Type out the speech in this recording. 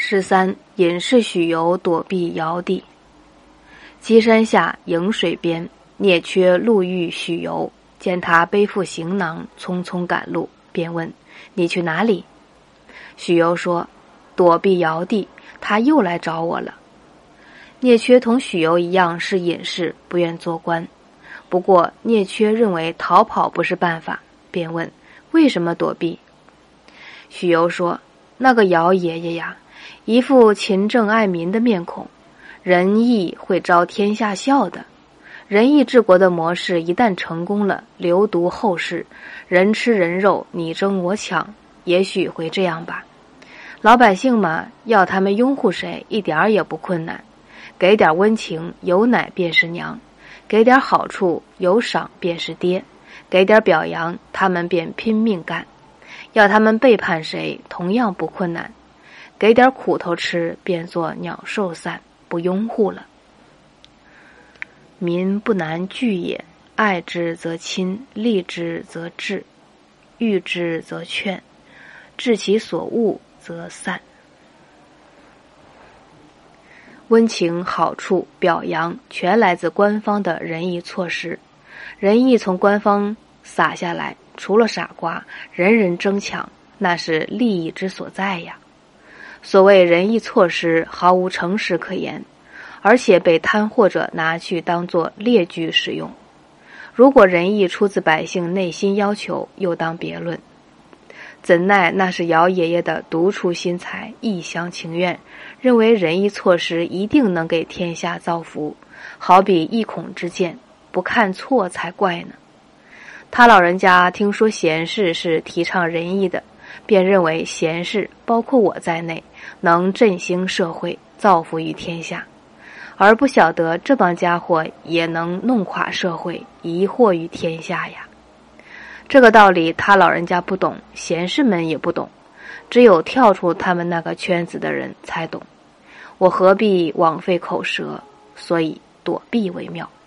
13隐士许由躲避尧帝。稽山下颍水边，聂缺路遇许由，见他背负行囊，匆匆赶路，便问：你去哪里？许由说：躲避尧帝，他又来找我了。聂缺同许由一样是隐士，不愿做官。不过聂缺认为逃跑不是办法，便问：为什么躲避？许由说：那个尧爷爷呀，一副勤政爱民的面孔，仁义会招天下笑的。仁义治国的模式一旦成功了，留读后世，人吃人肉，你争我抢，也许会这样吧。老百姓嘛，要他们拥护谁一点儿也不困难，给点温情，有奶便是娘；给点好处，有赏便是爹；给点表扬，他们便拼命干。要他们背叛谁，同样不困难，给点苦头吃，便作鸟兽散，不拥护了。民不难惧也，爱之则亲，利之则治，欲之则劝，治其所恶则散。温情、好处、表扬全来自官方的仁义措施，仁义从官方洒下来，除了傻瓜，人人争抢，那是利益之所在呀。所谓仁义措施毫无诚实可言，而且被贪惑者拿去当作劣据使用。如果仁义出自百姓内心要求，又当别论。怎奈那是尧爷爷的独出心裁，一厢情愿，认为仁义措施一定能给天下造福，好比一孔之见，不看错才怪呢。他老人家听说贤士是提倡仁义的，便认为贤士包括我在内，能振兴社会，造福于天下，而不晓得这帮家伙也能弄垮社会，贻祸于天下呀。这个道理他老人家不懂，贤士们也不懂，只有跳出他们那个圈子的人才懂。我何必枉费口舌，所以躲避为妙。